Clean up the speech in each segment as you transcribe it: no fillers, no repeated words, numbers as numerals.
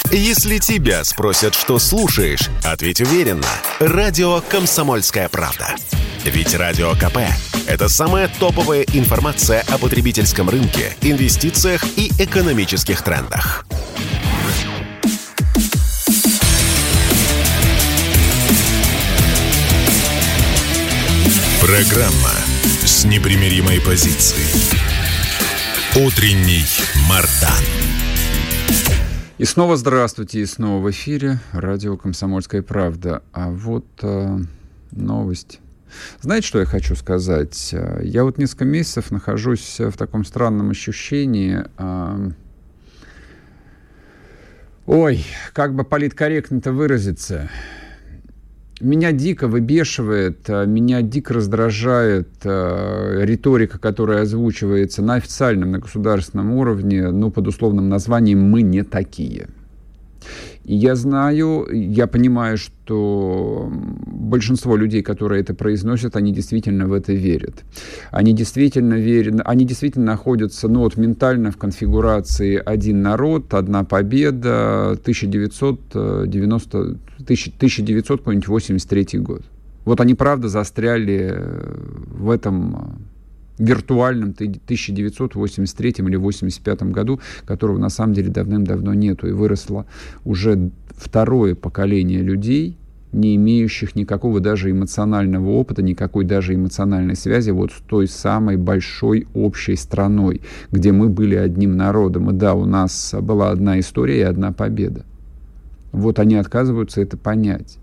Если тебя спросят, что слушаешь, ответь уверенно. Радио «Комсомольская правда». Ведь Радио КП – это самая топовая информация о потребительском рынке, инвестициях и экономических трендах. Программа с непримиримой позицией. Утренний Мардан. И снова здравствуйте, и снова в эфире радио «Комсомольская правда». А вот новость. Знаете, что я хочу сказать? Я вот несколько месяцев нахожусь в таком странном ощущении. Как бы политкорректно-то выразиться. Меня дико выбешивает, меня дико раздражает риторика, которая озвучивается на официальном, на государственном уровне, под условным названием «мы не такие». И я знаю, я понимаю, что большинство людей, которые это произносят, они действительно в это верят. Они действительно верят, они действительно находятся, ментально в конфигурации «один народ, одна победа», 1983 год. Вот они, правда, застряли в этом виртуальном 1983 или 1985 году, которого на самом деле давным-давно нету, и выросло уже второе поколение людей, не имеющих никакого даже эмоционального опыта, никакой даже эмоциональной связи вот с той самой большой общей страной, где мы были одним народом. И да, у нас была одна история и одна победа. Вот они отказываются это понять.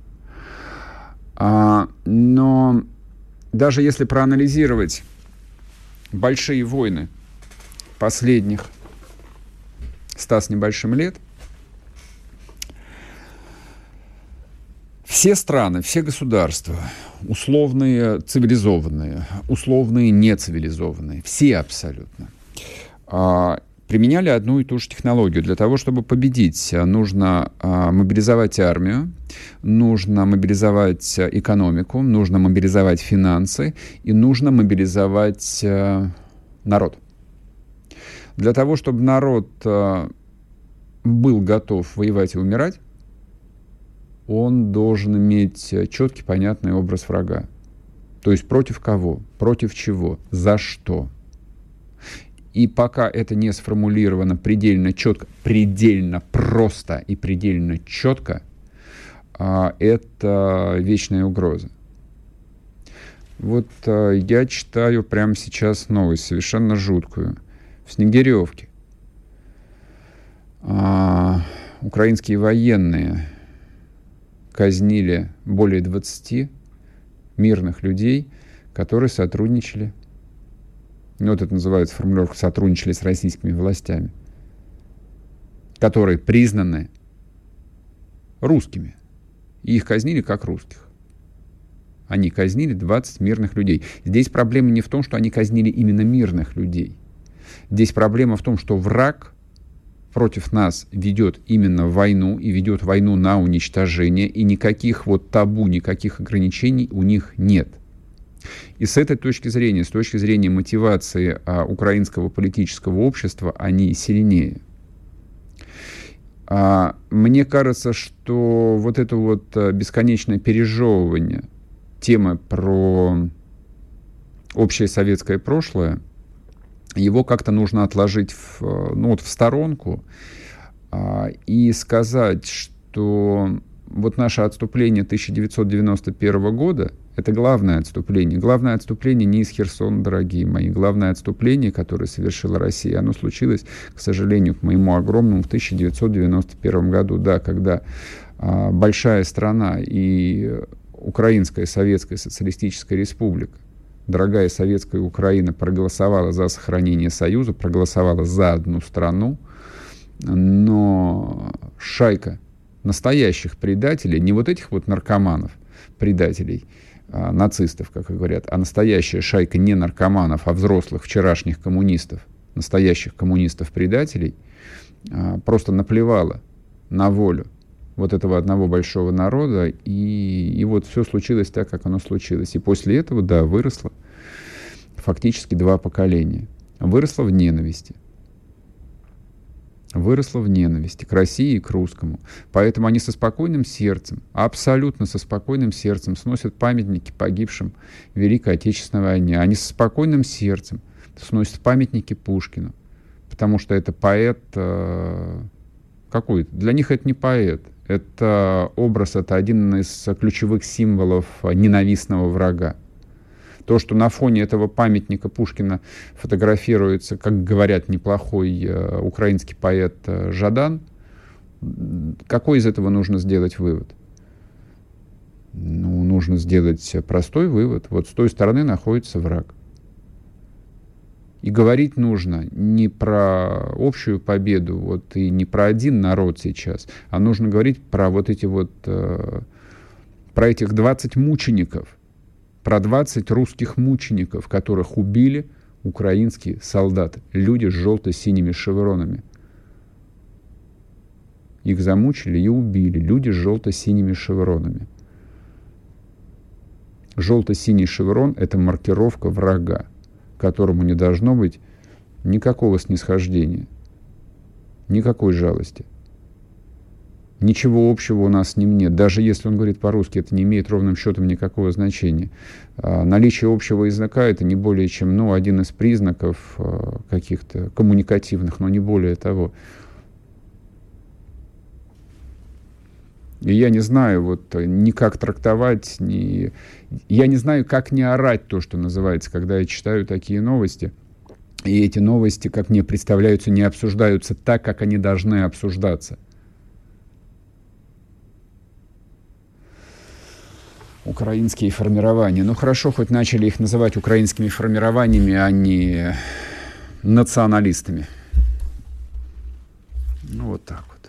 Но даже если проанализировать большие войны последних 100 с небольшим лет, все страны, все государства, условные цивилизованные, условные нецивилизованные, все абсолютно, применяли одну и ту же технологию. Для того, чтобы победить, нужно мобилизовать армию, нужно мобилизовать экономику, нужно мобилизовать финансы и нужно мобилизовать народ. Для того, чтобы народ был готов воевать и умирать, он должен иметь четкий, понятный образ врага. То есть против кого, против чего, за что. И пока это не сформулировано предельно четко, предельно просто и предельно четко, это вечная угроза. Вот я читаю прямо сейчас новость, совершенно жуткую. В Снегиревке украинские военные казнили более 20 мирных людей, которые сотрудничали. Вот это называется формулировка «сотрудничали с российскими властями», которые признаны русскими. И их казнили как русских. Они казнили 20 мирных людей. Здесь проблема не в том, что они казнили именно мирных людей. Здесь проблема в том, что враг против нас ведет именно войну, и ведет войну на уничтожение, и никаких табу, никаких ограничений у них нет. И с этой точки зрения, с точки зрения мотивации украинского политического общества, они сильнее. Мне кажется, что вот это бесконечное пережевывание темы про общее советское прошлое, его как-то нужно отложить в сторонку и сказать, что вот наше отступление 1991 года — это главное отступление. Главное отступление не из Херсона, дорогие мои. Главное отступление, которое совершила Россия, оно случилось, к сожалению, к моему огромному, в 1991 году, да, когда большая страна и Украинская Советская Социалистическая Республика, дорогая советская Украина, проголосовала за сохранение Союза, проголосовала за одну страну, но шайка настоящих предателей, не вот этих наркоманов, предателей, нацистов, как говорят, а настоящая шайка не наркоманов, а взрослых вчерашних коммунистов, настоящих коммунистов-предателей, просто наплевала на волю вот этого одного большого народа, и вот все случилось так, как оно случилось. И после этого, да, выросло фактически 2 поколения. Выросло в ненависти. выросла в ненависти к России и к русскому. Поэтому они со спокойным сердцем, абсолютно со спокойным сердцем сносят памятники погибшим в Великой Отечественной войне. Они со спокойным сердцем сносят памятники Пушкину, потому что это поэт какой-то. Для них это не поэт. Это образ, это один из ключевых символов ненавистного врага. То, что на фоне этого памятника Пушкина фотографируется, как говорят, неплохой украинский поэт Жадан, какой из этого нужно сделать вывод? Ну, нужно сделать простой вывод. Вот с той стороны находится враг. И говорить нужно не про общую победу, вот, и не про один народ сейчас, а нужно говорить про вот эти вот, про этих 20 мучеников, про 20 русских мучеников, которых убили украинские солдаты, люди с желто-синими шевронами. Их замучили и убили люди с желто-синими шевронами. Желто-синий шеврон — это маркировка врага, которому не должно быть никакого снисхождения, никакой жалости. Ничего общего у нас с ним нет. Даже если он говорит по-русски, это не имеет ровным счетом никакого значения. Наличие общего языка — это не более чем один из признаков каких-то коммуникативных, но не более того. И я не знаю ни как трактовать, я не знаю, как не орать, то, что называется, когда я читаю такие новости. И эти новости, как мне представляются, не обсуждаются так, как они должны обсуждаться. Украинские формирования. Ну хорошо, хоть начали их называть украинскими формированиями, а не националистами. Ну вот так вот.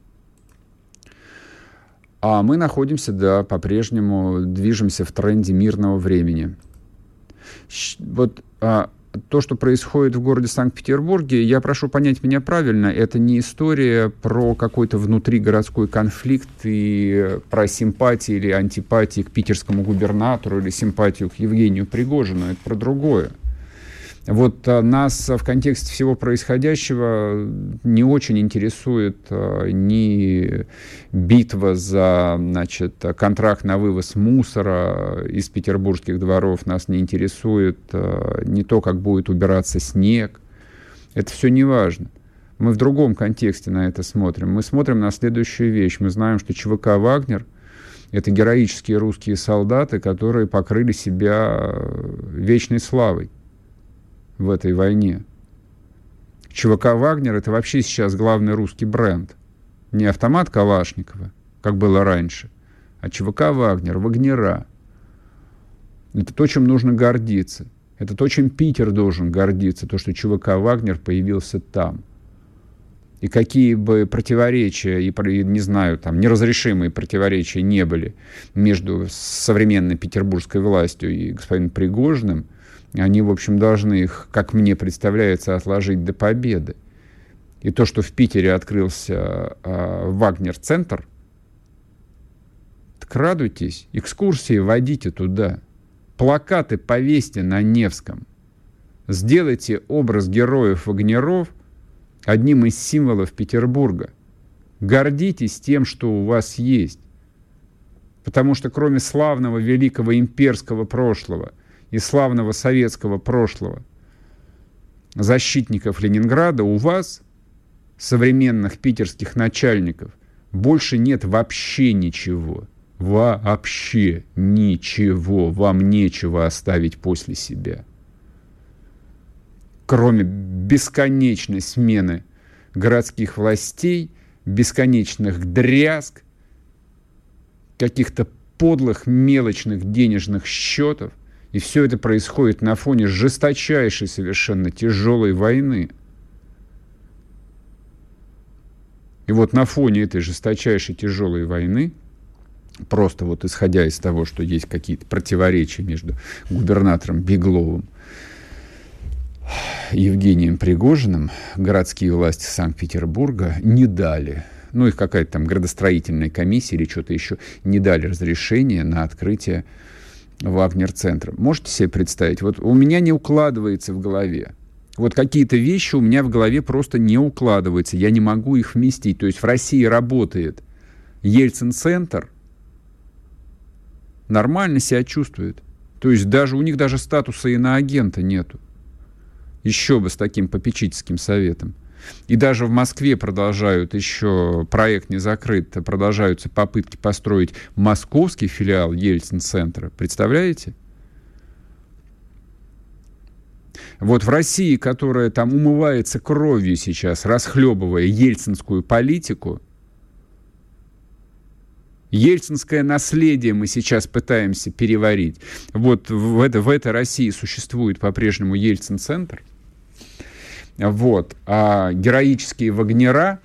А мы находимся, да, по-прежнему движемся в тренде мирного времени. Вот то, что происходит в городе Санкт-Петербурге, я прошу понять меня правильно, это не история про какой-то внутригородской конфликт и про симпатии или антипатии к питерскому губернатору или симпатию к Евгению Пригожину, это про другое. Вот нас в контексте всего происходящего не очень интересует ни битва за, контракт на вывоз мусора из петербургских дворов, нас не интересует не то, как будет убираться снег. Это все не важно. Мы в другом контексте на это смотрим. Мы смотрим на следующую вещь. Мы знаем, что ЧВК «Вагнер» — это героические русские солдаты, которые покрыли себя вечной славой в этой войне. ЧВК «Вагнер» — это вообще сейчас главный русский бренд. Не автомат Калашникова, как было раньше, а ЧВК «Вагнер», «Вагнера». Это то, чем нужно гордиться. Это то, чем Питер должен гордиться, то, что ЧВК «Вагнер» появился там. И какие бы противоречия, не знаю, неразрешимые противоречия не были между современной петербургской властью и господином Пригожиным, они, в общем, должны их, как мне представляется, отложить до победы. И то, что в Питере открылся Вагнер-центр, так радуйтесь, экскурсии водите туда, плакаты повесьте на Невском, сделайте образ героев-вагнеров одним из символов Петербурга. Гордитесь тем, что у вас есть. Потому что кроме славного великого имперского прошлого и славного советского прошлого защитников Ленинграда, у вас, современных питерских начальников, больше нет вообще ничего. Вообще ничего. Вам нечего оставить после себя. Кроме бесконечной смены городских властей, бесконечных дрязг, каких-то подлых мелочных денежных счетов. И все это происходит на фоне жесточайшей, совершенно тяжелой войны. И вот на фоне этой жесточайшей, тяжелой войны, просто исходя из того, что есть какие-то противоречия между губернатором Бегловым и Евгением Пригожиным, городские власти Санкт-Петербурга не дали, их какая-то градостроительная комиссия или что-то еще, не дали разрешения на открытие Вагнер-центра. Можете себе представить? У меня не укладывается в голове, Вот какие-то вещи у меня в голове просто не укладываются, я не могу их вместить. То есть в России работает Ельцин-центр, нормально себя чувствует. То есть даже у них даже статуса иноагента нету. Еще бы с таким попечительским советом. И даже в Москве продолжают, еще проект не закрыт, продолжаются попытки построить московский филиал Ельцин-центра. Представляете? Вот в России, которая там умывается кровью сейчас, расхлебывая ельцинскую политику, ельцинское наследие мы сейчас пытаемся переварить. Вот в этой России существует по-прежнему Ельцин-центр. Вот. А героические вагнера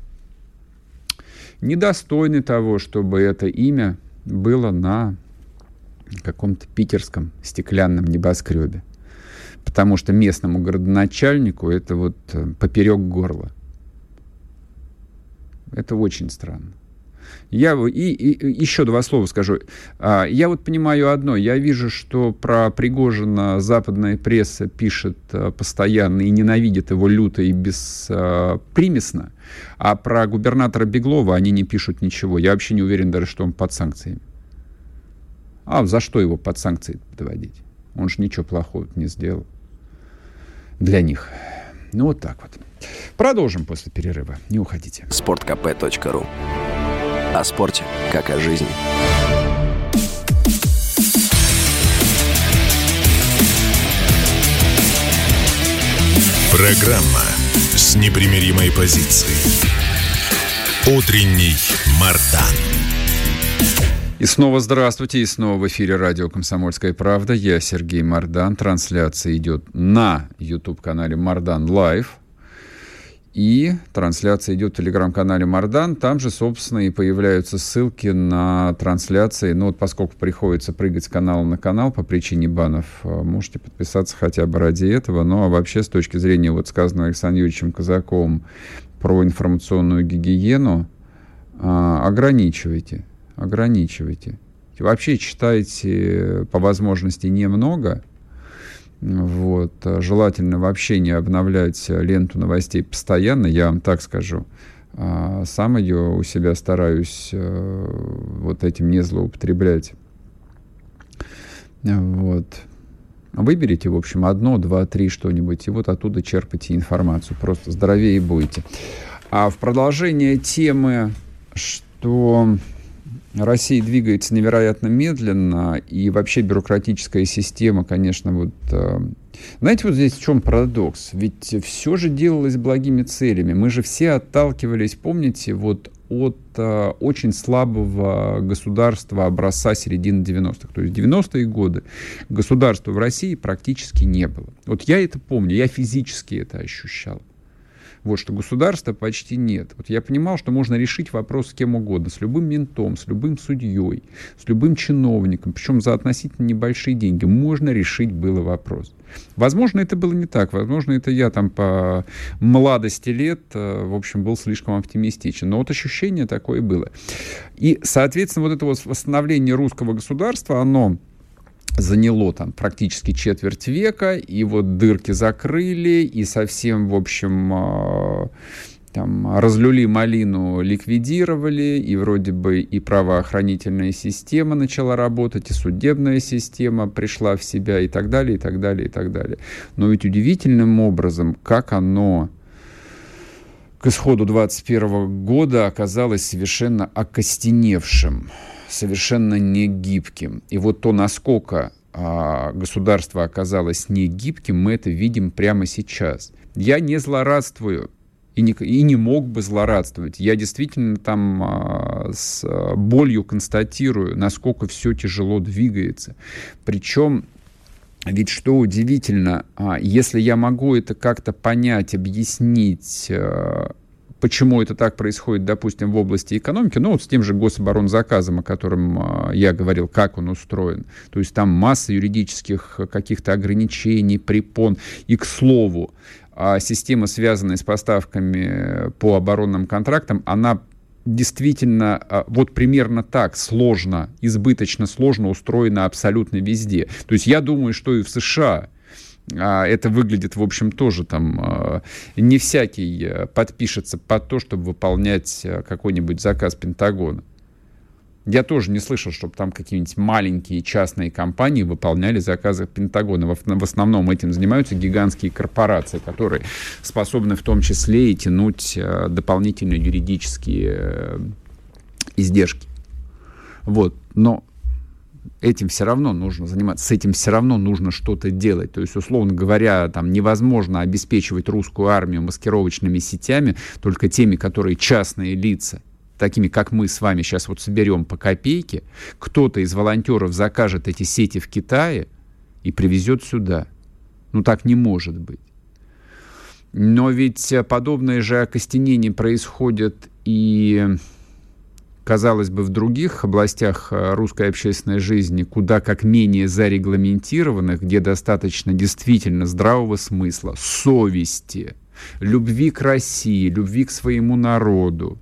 недостойны того, чтобы это имя было на каком-то питерском стеклянном небоскребе. Потому что местному городоначальнику это вот поперек горла. Это очень странно. Я еще два слова скажу. Я вот понимаю одно. Я вижу, что про Пригожина западная пресса пишет постоянно и ненавидит его люто и беспримесно. А про губернатора Беглова они не пишут ничего. Я вообще не уверен даже, что он под санкциями. А за что его под санкции доводить? Он же ничего плохого не сделал для них. Ну вот так вот. Продолжим после перерыва. Не уходите. sportkp.ru. О спорте, как о жизни. Программа с непримиримой позицией. Утренний Мардан. И снова здравствуйте, и снова в эфире радио «Комсомольская правда». Я Сергей Мардан. Трансляция идет на YouTube-канале Мардан Лайв. И трансляция идет в телеграм-канале Мардан. Там же, собственно, и появляются ссылки на трансляции. Ну вот поскольку приходится прыгать с канала на канал по причине банов, можете подписаться хотя бы ради этого. Ну а вообще, с точки зрения вот сказанного Александром Юрьевичем Казаковым про информационную гигиену, ограничивайте. Вообще читайте по возможности немного. Вот. Желательно вообще не обновлять ленту новостей постоянно, я вам так скажу. Сам ее у себя стараюсь вот этим не злоупотреблять. Вот. Выберите, в общем, 1, 2, 3 что-нибудь, и вот оттуда черпайте информацию. Просто здоровее будете. А в продолжение темы, что Россия двигается невероятно медленно, и вообще бюрократическая система, конечно, вот... Знаете, вот здесь в чем парадокс? Ведь все же делалось благими целями. Мы же все отталкивались, помните, вот от очень слабого государства образца середины 90-х. То есть 90-е годы государства в России практически не было. Вот я это помню, я физически это ощущал. Вот, что государства почти нет. Вот я понимал, что можно решить вопрос с кем угодно, с любым ментом, с любым судьей, с любым чиновником, причем за относительно небольшие деньги. Можно решить было вопрос. Возможно, это было не так. Возможно, это я там по молодости лет, в общем, был слишком оптимистичен. Но вот ощущение такое было. И, соответственно, вот это вот восстановление русского государства, оно заняло там практически четверть века, и вот дырки закрыли, и совсем, в общем, там разлюли малину, ликвидировали, и вроде бы и правоохранительная система начала работать, и судебная система пришла в себя, и так далее, и так далее, и так далее. Но ведь удивительным образом, как оно к исходу 2021 года оказалось совершенно окостеневшим, совершенно не гибким. И вот то, насколько государство оказалось не гибким, мы это видим прямо сейчас. Я не злорадствую и не мог бы злорадствовать. Я действительно там с болью констатирую, насколько все тяжело двигается. Причем, ведь что удивительно, если я могу это как-то понять, объяснить, почему это так происходит, допустим, в области экономики, ну вот с тем же гособоронзаказом, о котором я говорил, как он устроен. То есть там масса юридических каких-то ограничений, препон. И, к слову, система, связанная с поставками по оборонным контрактам, она действительно вот примерно так сложно, избыточно сложно устроена абсолютно везде. То есть я думаю, что и в США это выглядит, в общем, тоже там не всякий подпишется под то, чтобы выполнять какой-нибудь заказ Пентагона. Я тоже не слышал, чтобы там какие-нибудь маленькие частные компании выполняли заказы Пентагона. В основном этим занимаются гигантские корпорации, которые способны в том числе и тянуть дополнительные юридические издержки. Вот. Но этим все равно нужно заниматься, с этим все равно нужно что-то делать. То есть, условно говоря, там невозможно обеспечивать русскую армию маскировочными сетями, только теми, которые частные лица, такими, как мы с вами сейчас вот соберем по копейке, кто-то из волонтеров закажет эти сети в Китае и привезет сюда. Ну, так не может быть. Но ведь подобное же окостенение происходит и, казалось бы, в других областях русской общественной жизни, куда как менее зарегламентированных, где достаточно действительно здравого смысла, совести, любви к России, любви к своему народу.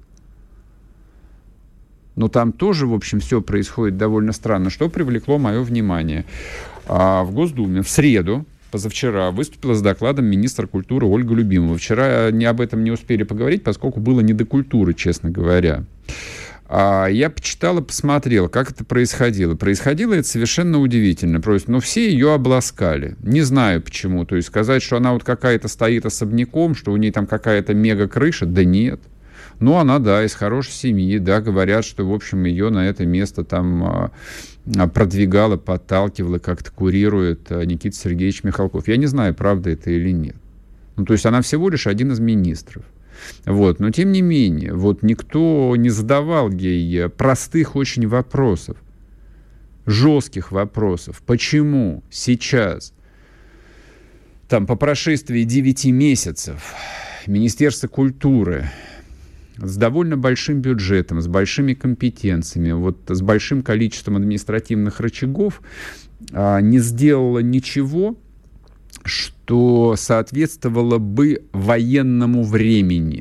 Но там тоже, в общем, все происходит довольно странно. Что привлекло мое внимание? В Госдуме в среду, позавчера, выступила с докладом министр культуры Ольга Любимова. Вчера об этом не успели поговорить, поскольку было не до культуры, честно говоря. Я почитал и посмотрел, как это происходило. Происходило это совершенно удивительно. Но все ее обласкали. Не знаю почему. То есть сказать, что она вот какая-то стоит особняком, что у нее там какая-то мега-крыша, да нет. Ну, она, да, из хорошей семьи, да, говорят, что, в общем, ее на это место там продвигала, подталкивала, как-то курирует Никита Сергеевич Михалков. Я не знаю, правда это или нет. Ну, то есть она всего лишь один из министров. Вот. Но, тем не менее, вот никто не задавал ей простых очень вопросов, жестких вопросов. Почему сейчас, там, по прошествии 9 месяцев, Министерство культуры с довольно большим бюджетом, с большими компетенциями, вот с большим количеством административных рычагов не сделало ничего, что соответствовало бы военному времени.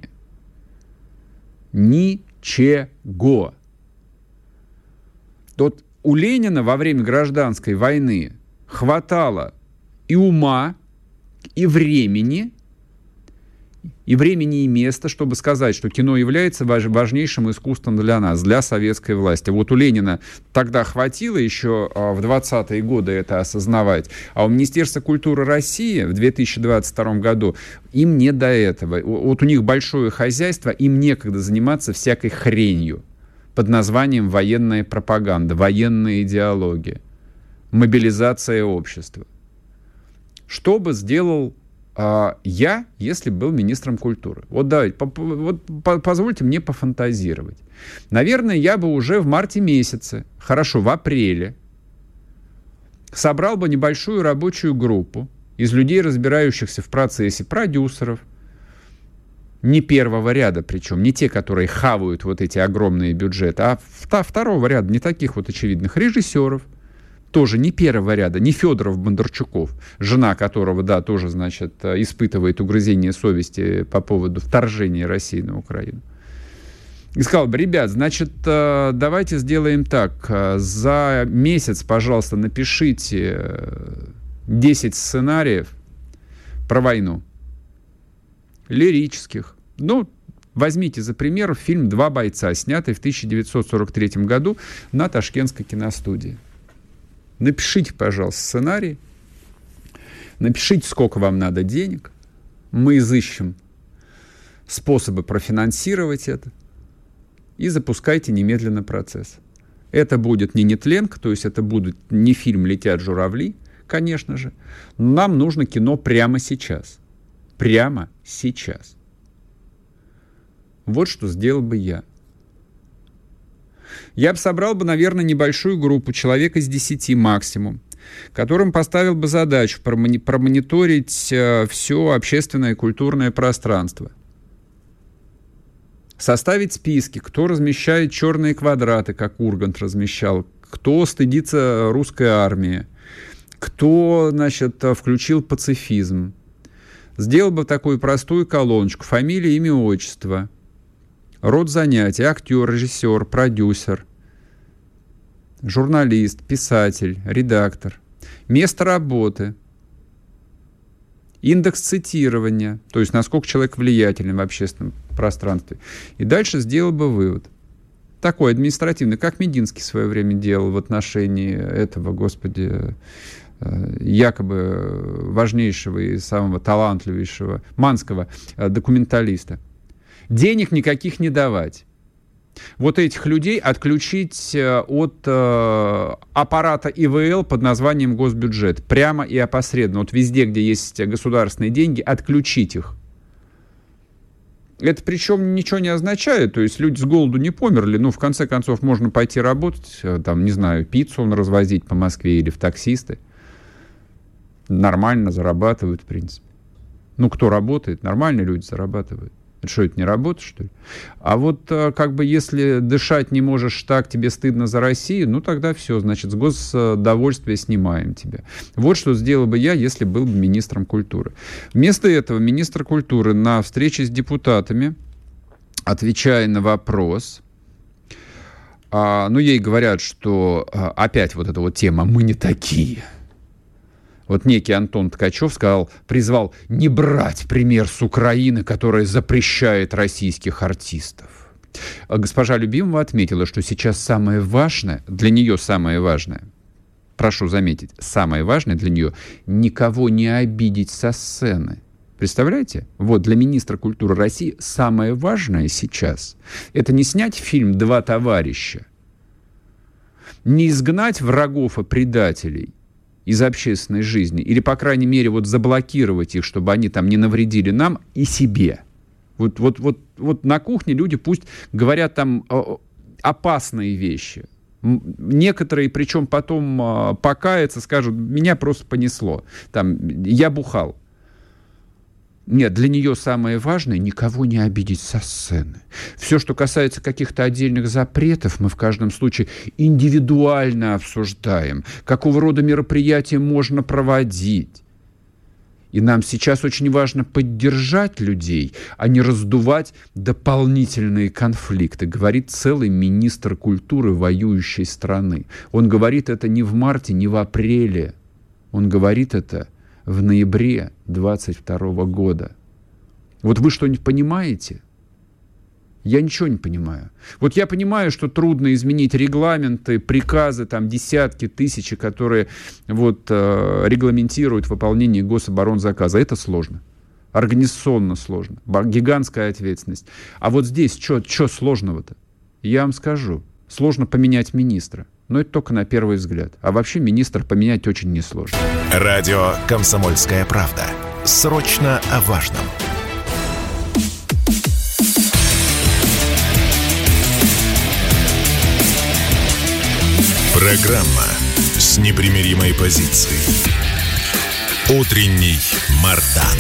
Ничего. Вот у Ленина во время гражданской войны хватало и ума, и времени, и места, чтобы сказать, что кино является важнейшим искусством для нас, для советской власти. Вот у Ленина тогда хватило еще в 20-е годы это осознавать, а у Министерства культуры России в 2022 году им не до этого. Вот у них большое хозяйство, им некогда заниматься всякой хренью под названием военная пропаганда, военная идеология, мобилизация общества. Что бы сделал я, если был министром культуры? Вот давайте, позвольте мне пофантазировать. Наверное, я бы уже в марте месяце, хорошо, в апреле, собрал бы небольшую рабочую группу из людей, разбирающихся в процессе, продюсеров, не первого ряда причем, не те, которые хавают вот эти огромные бюджеты, а второго ряда, не таких вот очевидных, режиссеров, тоже не первого ряда, не Федоров-Бондарчуков, жена которого, да, тоже, значит, испытывает угрызение совести по поводу вторжения России на Украину. И сказал бы: ребят, значит, давайте сделаем так, за месяц, пожалуйста, напишите 10 сценариев про войну, лирических. Ну, возьмите за пример фильм «Два бойца», снятый в 1943 году на Ташкентской киностудии. Напишите, пожалуйста, сценарий, напишите, сколько вам надо денег, мы изыщем способы профинансировать это, и запускайте немедленно процесс. Это будет не нетленг, то есть это будет не фильм «Летят журавли», конечно же, но нам нужно кино прямо сейчас. Прямо сейчас. Вот что сделал бы я. Я бы собрал бы, наверное, небольшую группу, человек из 10 максимум, которым поставил бы задачу промониторить все общественное и культурное пространство. Составить списки, кто размещает черные квадраты, как Ургант размещал, кто стыдится русской армии, кто, значит, включил пацифизм. Сделал бы такую простую колоночку: фамилия, имя, отчество, род занятий, актер, режиссер, продюсер, журналист, писатель, редактор, место работы, индекс цитирования, то есть насколько человек влиятелен в общественном пространстве. И дальше сделал бы вывод. Такой административный, как Мединский в свое время делал в отношении этого, господи, якобы важнейшего и самого талантливейшего манского документалиста. Денег никаких не давать. Вот этих людей отключить от аппарата ИВЛ под названием госбюджет. Прямо и опосредованно. Вот везде, где есть государственные деньги, отключить их. Это причем ничего не означает. То есть люди с голоду не померли. Ну, в конце концов, можно пойти работать, там, не знаю, пиццу развозить по Москве или в таксисты. Нормально зарабатывают, в принципе. Ну, кто работает, нормальные люди зарабатывают. Это что, это не работа, что ли? А вот как бы если дышать не можешь так, тебе стыдно за Россию, ну тогда все, значит, с госдовольствия снимаем тебя. Вот что сделал бы я, если был бы министром культуры. Вместо этого министр культуры на встрече с депутатами, отвечая на вопрос, ну ей говорят, что опять вот эта вот тема «мы не такие». Вот некий Антон Ткачев призвал не брать пример с Украины, которая запрещает российских артистов. Госпожа Любимова отметила, что сейчас самое важное, для нее самое важное, прошу заметить, самое важное для нее — никого не обидеть со сцены. Представляете? Вот для министра культуры России самое важное сейчас — это не снять фильм «Два товарища», не изгнать врагов и предателей из общественной жизни, или, по крайней мере, вот заблокировать их, чтобы они там не навредили нам и себе. Вот на кухне люди пусть говорят там опасные вещи. Некоторые, причем потом покаятся, скажут, меня просто понесло. Там, я бухал. Нет, для нее самое важное — никого не обидеть со сцены. Все, что касается каких-то отдельных запретов, мы в каждом случае индивидуально обсуждаем, какого рода мероприятия можно проводить. И нам сейчас очень важно поддержать людей, а не раздувать дополнительные конфликты, говорит целый министр культуры воюющей страны. Он говорит это не в марте, не в апреле. Он говорит это в ноябре 22 года. Вот вы что-нибудь понимаете? Я ничего не понимаю. Вот я понимаю, что трудно изменить регламенты, приказы, там десятки, тысячи, которые вот регламентируют выполнение гособоронзаказа. Это сложно. Организационно сложно. Гигантская ответственность. А вот здесь что сложного-то? Я вам скажу. Сложно поменять министра. Но это только на первый взгляд. А вообще министра поменять очень несложно. Радио «Комсомольская правда». Срочно о важном. Программа с непримиримой позицией. Утренний Мардан.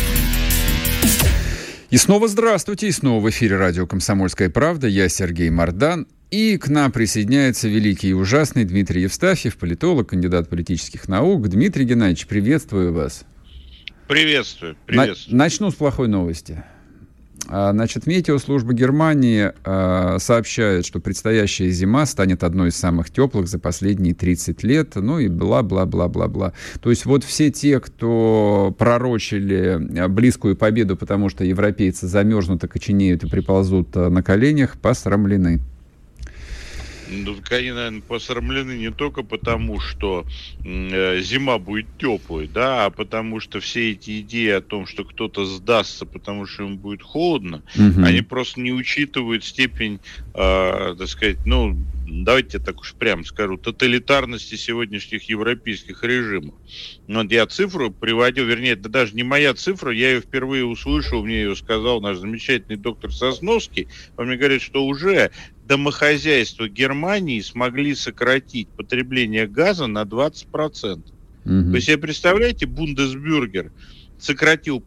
И снова здравствуйте, и снова в эфире радио «Комсомольская правда». Я Сергей Мардан. И к нам присоединяется великий и ужасный Дмитрий Евстафьев, политолог, кандидат политических наук. Дмитрий Геннадьевич, приветствую вас. Приветствую. Начну с плохой новости. Значит, метеослужба Германии сообщает, что предстоящая зима станет одной из самых теплых за последние 30 лет, ну и бла-бла-бла-бла-бла. То есть вот все те, кто пророчили близкую победу, потому что европейцы замерзнут, окоченеют и приползут на коленях, посрамлены. Ну, они, наверное, посрамлены не только потому, что зима будет теплой, да, а потому что все эти идеи о том, что кто-то сдастся, потому что ему будет холодно, они просто не учитывают степень, так сказать, ну, давайте я так уж прямо скажу, тоталитарности сегодняшних европейских режимов. Вот я цифру приводил, вернее, это даже не моя цифра, я ее впервые услышал, мне ее сказал наш замечательный доктор Сосновский. Он мне говорит, что уже домохозяйства Германии смогли сократить потребление газа на 20%. То есть, вы представляете, Бундесбюргер сократил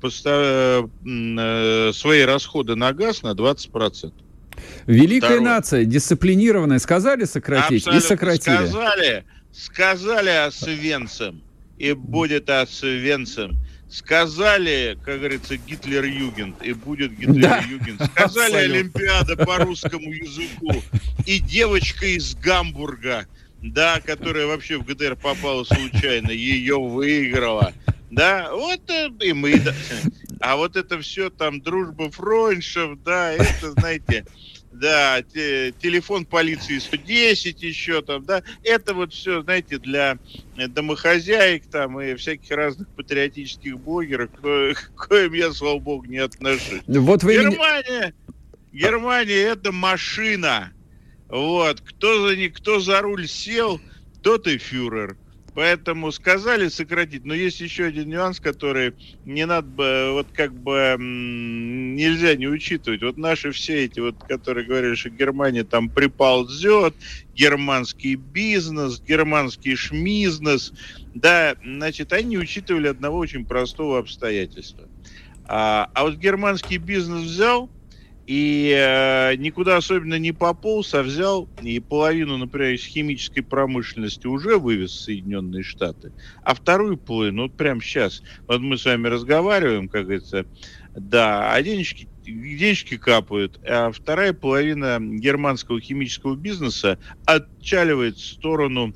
свои расходы на газ на 20%. Великая нация, дисциплинированная, сказали сократить? Абсолютно. И сократили. Сказали освенцам, и будет освенцам. Сказали, как говорится, Гитлер-Югенд, и будет Гитлер-Югенд. Сказали Олимпиада по русскому языку, и девочка из Гамбурга, да, которая вообще в ГДР попала случайно, ее выиграла. Да, вот и мы, да. А вот это все там дружба фронтшев, да, это, знаете, да, телефон полиции 110 еще там, да, это вот все, знаете, для домохозяек там и всяких разных патриотических блогеров, к коим я, слава богу, не отношусь. Вот вы Германия это машина. Вот, кто за руль сел, тот и фюрер. Поэтому сказали сократить, но есть еще один нюанс, который не надо, вот как бы нельзя не учитывать. Вот наши все эти, вот, которые говорили, что Германия там приползет, германский бизнес, германский шмизнес, да, значит, они не учитывали одного очень простого обстоятельства. А вот германский бизнес взял и никуда особенно не пополз, а взял и половину, например, из химической промышленности уже вывез в Соединенные Штаты, а вторую половину, вот прямо сейчас, вот мы с вами разговариваем, как говорится, да, а денежки капают, а вторая половина германского химического бизнеса отчаливает в сторону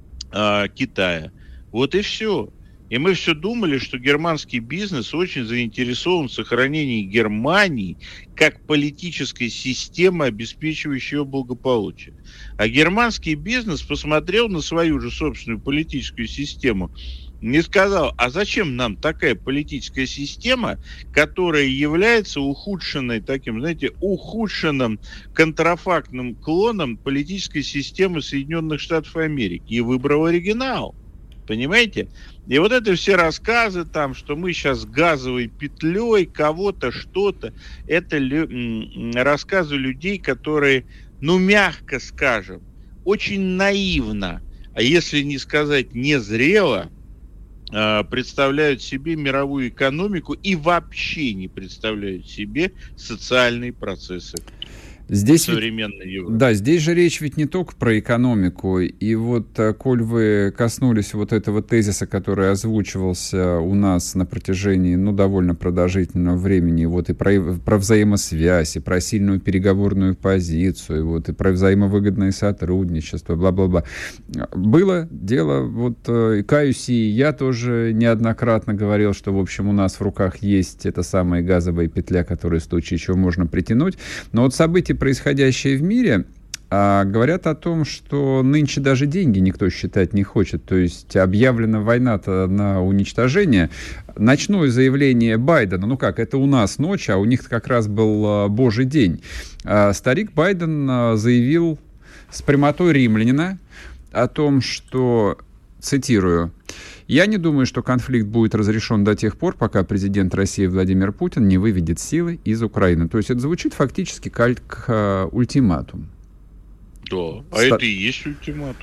Китая. Вот и все. И мы все думали, что германский бизнес очень заинтересован в сохранении Германии как политической системы, обеспечивающей ее благополучие. А германский бизнес посмотрел на свою же собственную политическую систему и сказал, а зачем нам такая политическая система, которая является ухудшенной, таким, знаете, ухудшенным контрафактным клоном политической системы Соединенных Штатов Америки. И выбрал оригинал. Понимаете? И вот это все рассказы там, что мы сейчас газовой петлей кого-то, что-то, это рассказы людей, которые, ну, мягко скажем, очень наивно, а если не сказать незрело, представляют себе мировую экономику и вообще не представляют себе социальные процессы. Здесь современной Европы. Да, здесь же речь ведь не только про экономику. И вот, коль вы коснулись вот этого тезиса, который озвучивался у нас на протяжении, ну, довольно продолжительного времени, вот и про взаимосвязь, и про сильную переговорную позицию, вот и про взаимовыгодное сотрудничество, бла-бла-бла. Было дело, вот, каюсь, и я тоже неоднократно говорил, что, в общем, у нас в руках есть эта самая газовая петля, которую в случае чего можно притянуть. Но вот события, происходящие в мире, говорят о том, что нынче даже деньги никто считать не хочет. То есть объявлена война-то на уничтожение. Ночное заявление Байдена, ну как, это у нас ночь, а у них как раз был Божий день. Старик Байден заявил с прямотой римлянина о том, что, цитирую, «Я не думаю, что конфликт будет разрешен до тех пор, пока президент России Владимир Путин не выведет силы из Украины». То есть это звучит фактически как ультиматум. Да, это и есть ультиматум.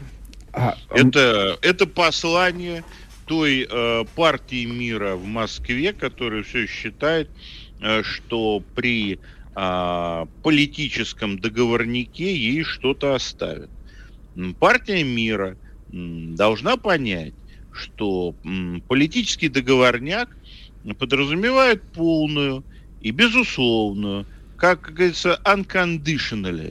Это послание той партии мира в Москве, которая все считает, что при политическом договорнике ей что-то оставят. Партия мира должна понять, что политический договорняк подразумевает полную и безусловную, как говорится, unconditionally,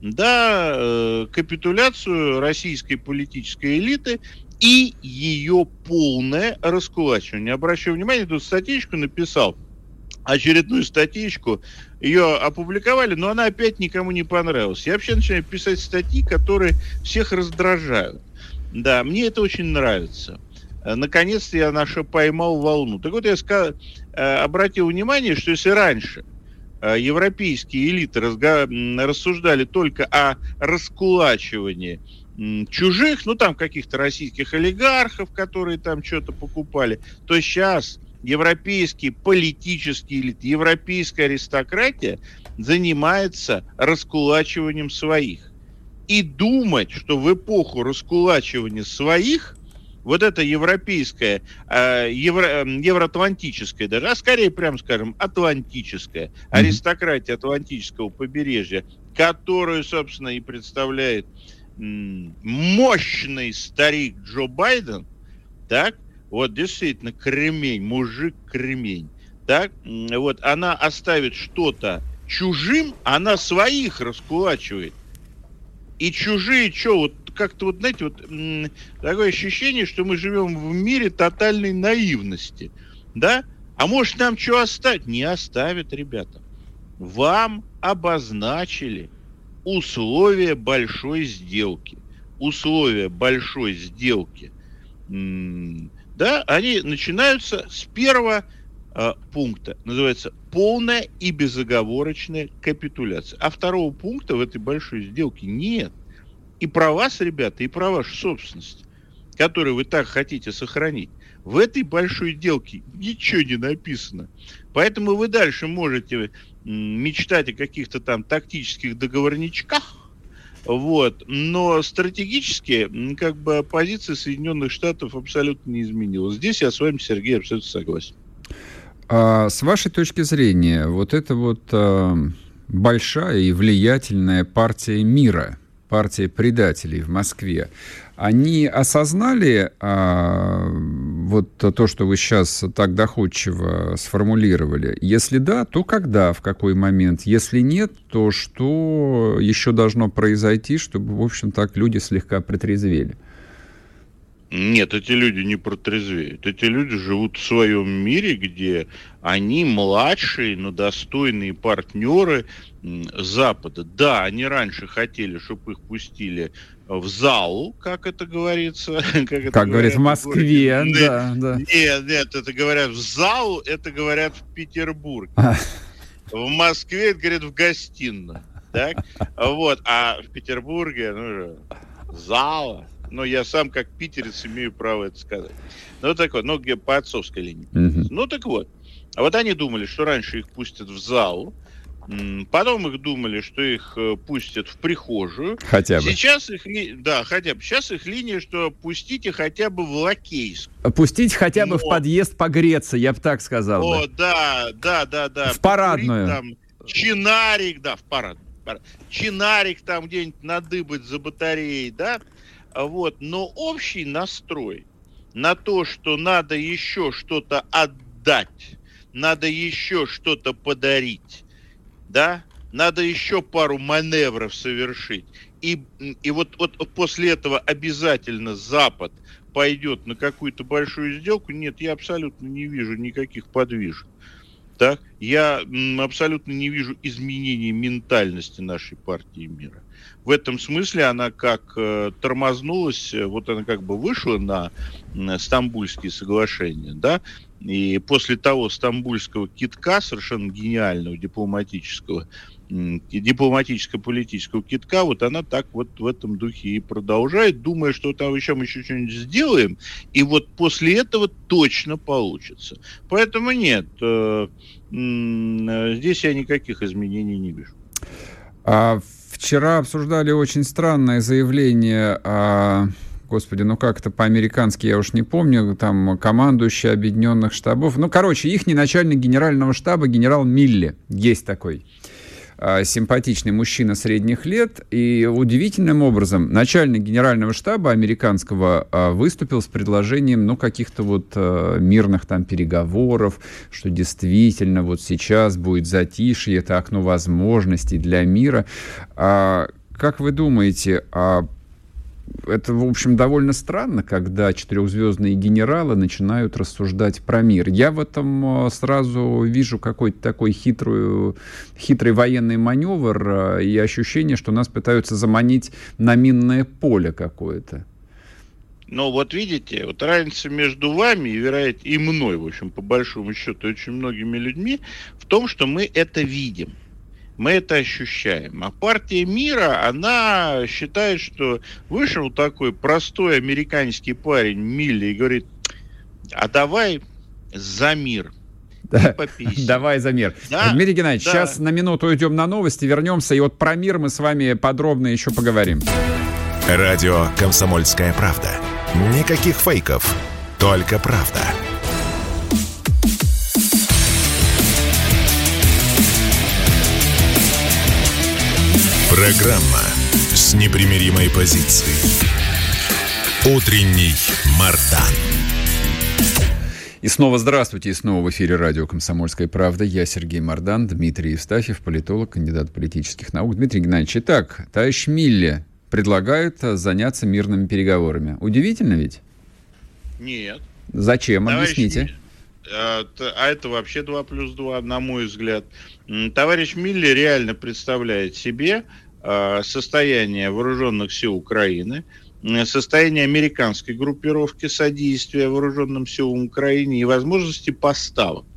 да, капитуляцию российской политической элиты и ее полное раскулачивание. Обращаю внимание, тут статейку написал, очередную статейку, ее опубликовали, но она опять никому не понравилась. Я вообще начинаю писать статьи, которые всех раздражают. Да, мне это очень нравится. Наконец-то я поймал волну. Так вот, я обратил внимание, что если раньше европейские элиты рассуждали только о раскулачивании чужих, ну там каких-то российских олигархов, которые там что-то покупали, то сейчас европейские политические элиты, европейская аристократия занимается раскулачиванием своих. И думать, что в эпоху раскулачивания своих вот это европейская, евроатлантическая даже, а скорее, прям скажем, атлантическая аристократия атлантического побережья, которую, собственно, и представляет мощный старик Джо Байден, так, вот действительно кремень, мужик-кремень, так, вот она оставит что-то чужим, она своих раскулачивает. И чужие, что, вот как-то вот, знаете, вот такое ощущение, что мы живем в мире тотальной наивности, да? А может, нам что оставить? Не оставят, ребята. Вам обозначили условия большой сделки. Условия большой сделки, да, они начинаются с первого пункта. Называется полная и безоговорочная капитуляция. А второго пункта в этой большой сделке нет. И про вас, ребята, и про вашу собственность, которую вы так хотите сохранить, в этой большой сделке ничего не написано. Поэтому вы дальше можете мечтать о каких-то там тактических договорничках, вот, но стратегически как бы позиция Соединенных Штатов абсолютно не изменилась. Здесь я с вами, Сергей, абсолютно согласен. А с вашей точки зрения, вот эта вот большая и влиятельная партия мира, партия предателей в Москве, они осознали вот то, что вы сейчас так доходчиво сформулировали? Если да, то когда, в какой момент? Если нет, то что еще должно произойти, чтобы, в общем, так люди слегка протрезвели? Нет, эти люди не протрезвеют. Эти люди живут в своем мире, где они младшие, но достойные партнеры Запада. Да, они раньше хотели, чтобы их пустили в залу, как это говорится. Как говорят в Москве, да. Нет, это говорят в залу, это говорят в Петербурге. В Москве это говорят в гостиную. Так? Вот. А в Петербурге, зала. Но я сам, как питерец, имею право это сказать. Ну, так вот, по отцовской линии. Ну, так вот. А вот они думали, что раньше их пустят в зал, потом их думали, что их пустят в прихожую. Хотя бы. Сейчас их, хотя бы. Сейчас их линия, что пустите хотя бы в Лакейскую. Пустить хотя бы в подъезд погреться, я бы так сказал. О, да. В парадную. Там, чинарик, в парадную. Чинарик там где-нибудь надыбать за батареей, да? Вот, но общий настрой на то, что надо еще что-то отдать, надо еще что-то подарить, да, надо еще пару маневров совершить. И вот после этого обязательно Запад пойдет на какую-то большую сделку. Нет, я абсолютно не вижу никаких подвижек. Так? Я абсолютно не вижу изменений ментальности нашей партии мира. В этом смысле она как тормознулась, вот она как бы вышла на Стамбульские соглашения, да, и после того стамбульского китка, совершенно гениального дипломатическо-политического китка, вот она так вот в этом духе и продолжает, думая, что там еще мы что-нибудь сделаем, и вот после этого точно получится. Поэтому нет, здесь я никаких изменений не вижу. Вчера обсуждали очень странное заявление, господи, как это по-американски, я уж не помню, там командующий Объединенных Штабов, ихний начальник генерального штаба, генерал Милле, есть такой симпатичный мужчина средних лет, и удивительным образом начальник генерального штаба американского выступил с предложением, каких-то вот мирных там переговоров, что действительно вот сейчас будет затишье, это окно возможностей для мира. Как вы думаете, это, в общем, довольно странно, когда четырехзвездные генералы начинают рассуждать про мир. Я в этом сразу вижу какой-то такой хитрый военный маневр и ощущение, что нас пытаются заманить на минное поле какое-то. Но вот видите, вот разница между вами и, вероятно, и мной, в общем, по большому счету, очень многими людьми, в том, что мы это видим. Мы это ощущаем. А партия мира, она считает, что вышел такой простой американский парень Милли и говорит, а давай за мир. Давай за мир. Да, Дмитрий Геннадьевич, сейчас на минуту уйдем на новости, вернемся, и вот про мир мы с вами подробно еще поговорим. Радио «Комсомольская правда». Никаких фейков, только правда. Программа с непримиримой позицией. Утренний Мардан. И снова здравствуйте, и снова в эфире радио «Комсомольская правда». Я Сергей Мардан, Дмитрий Евстафьев, политолог, кандидат политических наук. Дмитрий Геннадьевич, итак, товарищ Милле предлагают заняться мирными переговорами. Удивительно ведь? Нет. Зачем? Объясните. А это вообще 2+2, на мой взгляд. Товарищ Милли реально представляет себе состояние вооруженных сил Украины, состояние американской группировки содействия вооруженным силам Украины и возможности поставок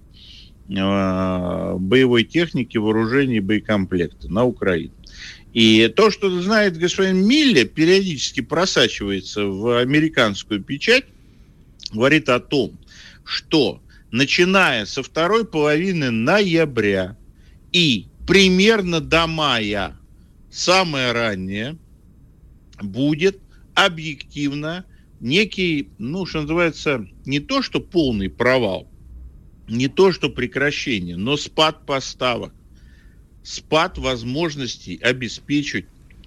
боевой техники, вооружений, боекомплекта на Украину. И то, что знает господин Милли, периодически просачивается в американскую печать, говорит о том, что начиная со второй половины ноября и примерно до мая, самое раннее, будет объективно некий, что называется, не то что полный провал, не то что прекращение, но спад поставок, спад возможностей обеспечить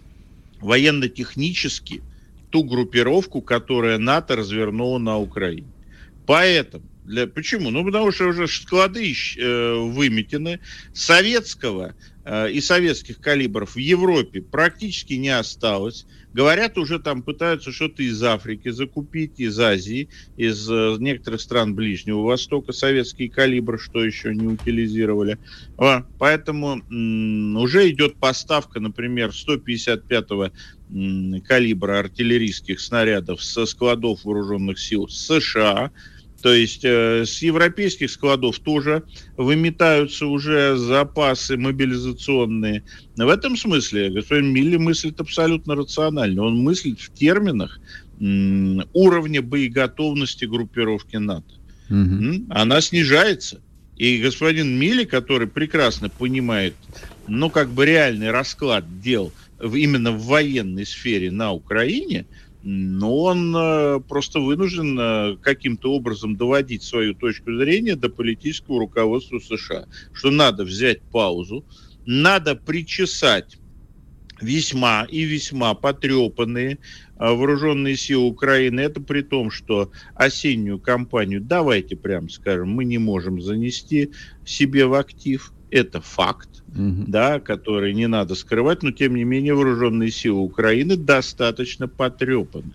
военно-технически ту группировку, которая НАТО развернула на Украине. Поэтому, почему? Потому что уже склады выметены, советского и советских калибров в Европе практически не осталось. Говорят, уже там пытаются что-то из Африки закупить, из Азии, из некоторых стран Ближнего Востока советские калибры, что еще не утилизировали. Поэтому уже идет поставка, например, 155-го калибра артиллерийских снарядов со складов вооруженных сил США. То есть с европейских складов тоже выметаются уже запасы мобилизационные. В этом смысле господин Милли мыслит абсолютно рационально. Он мыслит в терминах уровня боеготовности группировки НАТО. Она снижается. И господин Милли, который прекрасно понимает, реальный расклад дел именно в военной сфере на Украине, но он просто вынужден каким-то образом доводить свою точку зрения до политического руководства США, что надо взять паузу, надо причесать весьма и весьма потрепанные вооруженные силы Украины. Это при том, что осеннюю кампанию, давайте прямо скажем, мы не можем занести себе в актив. Это факт, который не надо скрывать, но тем не менее вооруженные силы Украины достаточно потрепаны.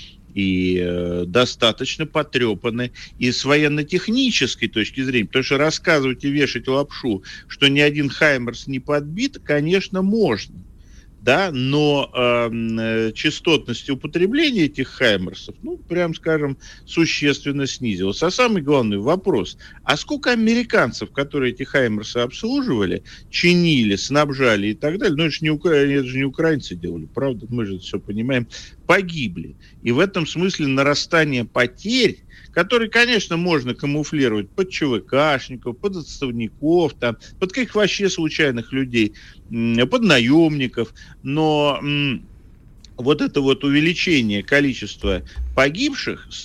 И достаточно потрепаны и с военно-технической точки зрения. Потому что рассказывать и вешать лапшу, что ни один Хаймерс не подбит, конечно, можно. Да, но частотность употребления этих Хаймерсов, прям скажем, существенно снизилась. А самый главный вопрос, а сколько американцев, которые эти Хаймерсы обслуживали, чинили, снабжали и так далее, это же не украинцы делали, правда, мы же это все понимаем, погибли. И в этом смысле нарастание потерь, которые, конечно, можно камуфлировать под ЧВКшников, под отставников, под каких вообще случайных людей, под наемников, но вот это вот увеличение количества погибших с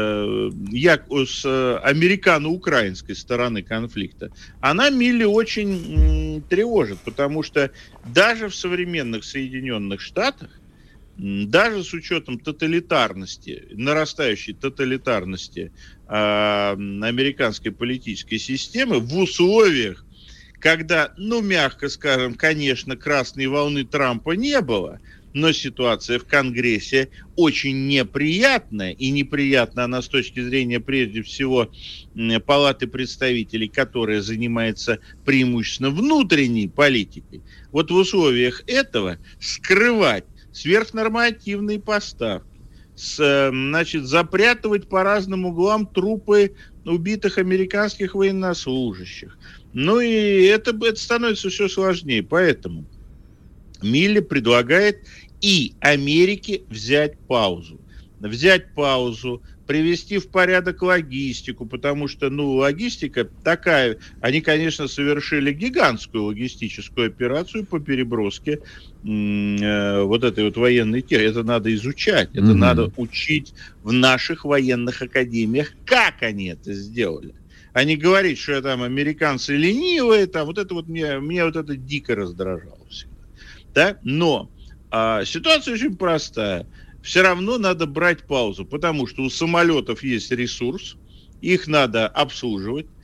американо-украинской стороны конфликта, она Милли очень тревожит, потому что даже в современных Соединенных Штатах, даже с учетом тоталитарности, нарастающей тоталитарности американской политической системы, в условиях, когда, мягко скажем, конечно, красной волны Трампа не было, но ситуация в Конгрессе очень неприятная, и неприятна она с точки зрения, прежде всего, Палаты представителей, которая занимается преимущественно внутренней политикой. Вот в условиях этого скрывать сверхнормативные поставки, запрятывать по разным углам трупы убитых американских военнослужащих. И это становится все сложнее. Поэтому Милли предлагает и Америке взять паузу, привести в порядок логистику, потому что, логистика такая, они, конечно, совершили гигантскую логистическую операцию по переброске вот этой вот военной техники. Это надо изучать, это надо учить в наших военных академиях, как они это сделали. А не говорить, что там американцы ленивые, меня вот это дико раздражало всегда. Да? Но ситуация очень простая. Все равно надо брать паузу, потому что у самолетов есть ресурс, их надо обслуживать.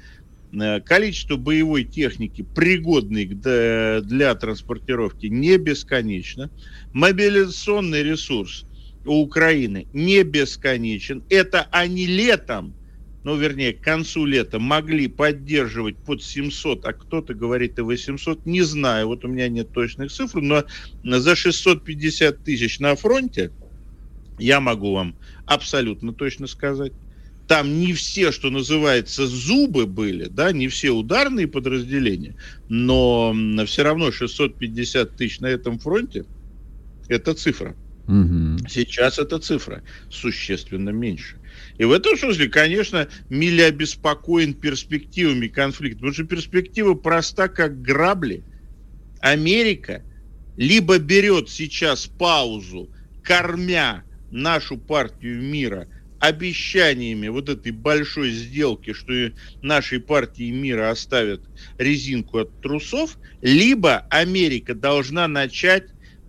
количество боевой техники, пригодной для транспортировки, не бесконечно. Мобилизационный ресурс у Украины не бесконечен. Это они летом, к концу лета могли поддерживать под 700, а кто-то говорит и 800, не знаю, вот у меня нет точных цифр, но за 650 тысяч на фронте я могу вам абсолютно точно сказать. Там не все, что называется, зубы были, да, не все ударные подразделения, но все равно 650 тысяч на этом фронте – это цифра. Угу. Сейчас эта цифра существенно меньше. И в этом смысле, конечно, Милли обеспокоен перспективами конфликта, потому что перспектива проста, как грабли. Америка либо берет сейчас паузу, кормя нашу партию мира обещаниями вот этой большой сделки, что нашей партии мира оставят резинку от трусов, либо Америка должна начать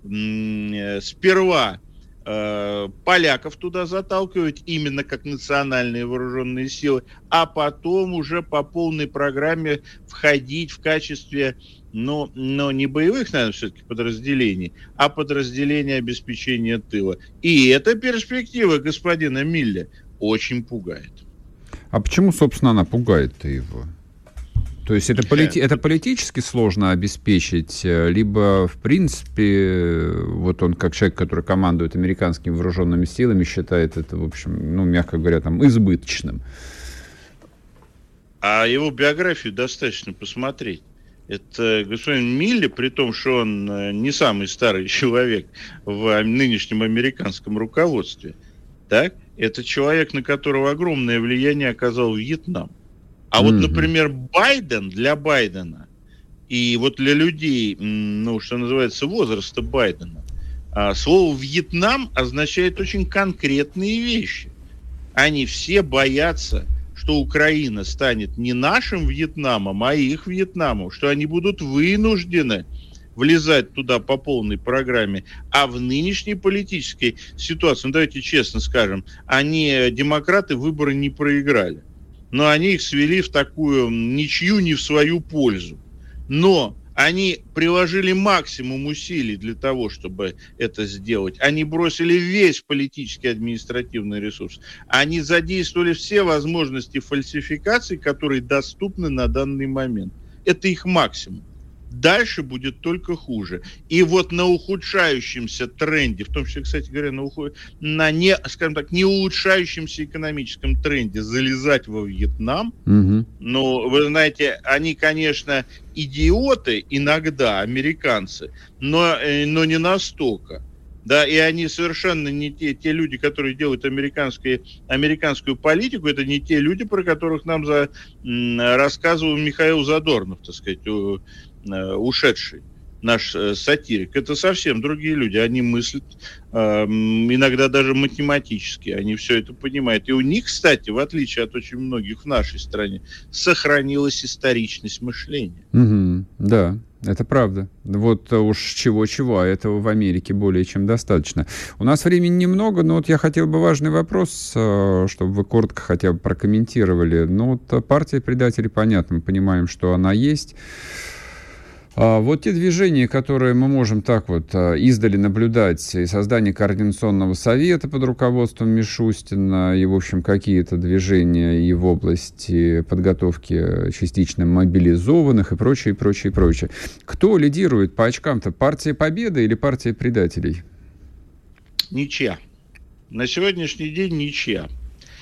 сперва поляков туда заталкивать, именно как национальные вооруженные силы, а потом уже по полной программе входить в качестве, но не боевых, наверное, все-таки подразделений, а подразделений обеспечения тыла. И эта перспектива господина Милли очень пугает. А почему, собственно, она пугает-то его? То есть это политически сложно обеспечить, либо, в принципе, вот он, как человек, который командует американскими вооруженными силами, считает это, в общем, мягко говоря, избыточным. А его биографию достаточно посмотреть. Это господин Милли, при том, что он не самый старый человек в нынешнем американском руководстве, так? Это человек, на которого огромное влияние оказал Вьетнам. А вот, например, для Байдена и вот для людей, что называется, возраста Байдена, слово «Вьетнам» означает очень конкретные вещи. Они все боятся, что Украина станет не нашим Вьетнамом, а их Вьетнамом, что они будут вынуждены влезать туда по полной программе. А в нынешней политической ситуации, давайте честно скажем, демократы, выборы не проиграли. Но они их свели в такую ничью, не в свою пользу. Но они приложили максимум усилий для того, чтобы это сделать. Они бросили весь политический административный ресурс. Они задействовали все возможности фальсификаций, которые доступны на данный момент. Это их максимум. Дальше будет только хуже. И вот на ухудшающемся тренде, в том числе, кстати говоря, на не улучшающемся экономическом тренде залезать во Вьетнам, но, вы знаете, они, конечно, идиоты иногда, американцы, но не настолько. Да, и они совершенно не те люди, которые делают американскую политику, это не те люди, про которых нам рассказывал Михаил Задорнов, так сказать, ушедший наш сатирик. Это совсем другие люди. Они мыслят иногда даже математически. Они все это понимают. И у них, кстати, в отличие от очень многих в нашей стране, сохранилась историчность мышления. Да, это правда. Вот уж чего-чего, а этого в Америке более чем достаточно. У нас времени немного, но вот я хотел бы важный вопрос, чтобы вы коротко хотя бы прокомментировали. Партия предателей, понятно, мы понимаем, что она есть. Вот те движения, которые мы можем так вот издали наблюдать, и создание координационного совета под руководством Мишустина, и, в общем, какие-то движения и в области подготовки частично мобилизованных, и прочее, прочее, прочее. Кто лидирует по очкам-то? Партия Победы или партия предателей? Ничья. На сегодняшний день ничья.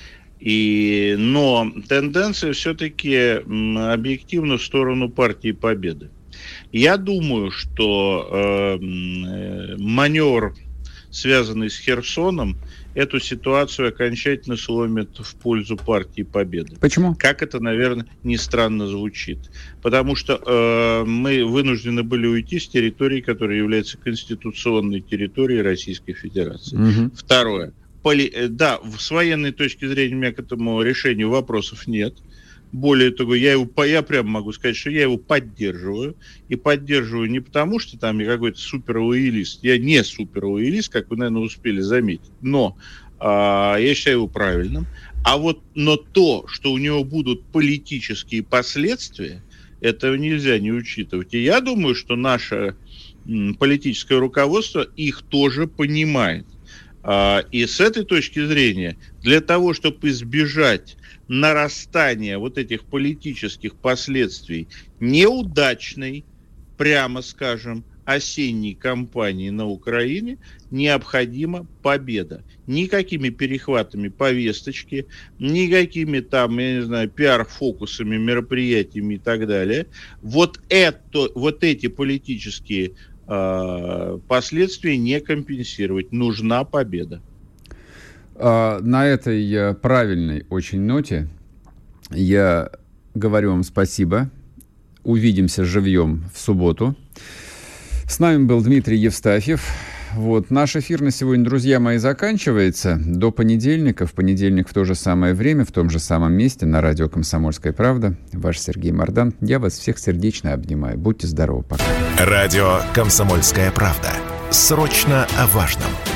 Но тенденция все-таки объективно в сторону партии Победы. Я думаю, что маневр, связанный с Херсоном, эту ситуацию окончательно сломит в пользу партии Победы. Почему? Как это, наверное, не странно звучит. Потому что мы вынуждены были уйти с территории, которая является конституционной территорией Российской Федерации. Второе. С военной точки зрения у меня к этому решению вопросов нет. Более того, я прямо могу сказать, что я его поддерживаю. И поддерживаю не потому, что там я какой-то супер-лоялист. Я не супер-лоялист, как вы, наверное, успели заметить. Но я считаю его правильным. Но то, что у него будут политические последствия, этого нельзя не учитывать. И я думаю, что наше политическое руководство их тоже понимает. И с этой точки зрения, для того, чтобы избежать нарастания вот этих политических последствий неудачной, прямо скажем, осенней кампании на Украине, необходима победа. Никакими перехватами повесточки, никакими там, я не знаю, пиар-фокусами, мероприятиями и так далее. Вот эти политические последствия не компенсировать. Нужна победа. На этой правильной очень ноте я говорю вам спасибо. Увидимся живьем в субботу. С нами был Дмитрий Евстафьев. Наш эфир на сегодня, друзья мои, заканчивается. До понедельника. В понедельник в то же самое время, в том же самом месте на радио «Комсомольская правда». Ваш Сергей Мардан. Я вас всех сердечно обнимаю. Будьте здоровы. Пока. Радио «Комсомольская правда». Срочно о важном.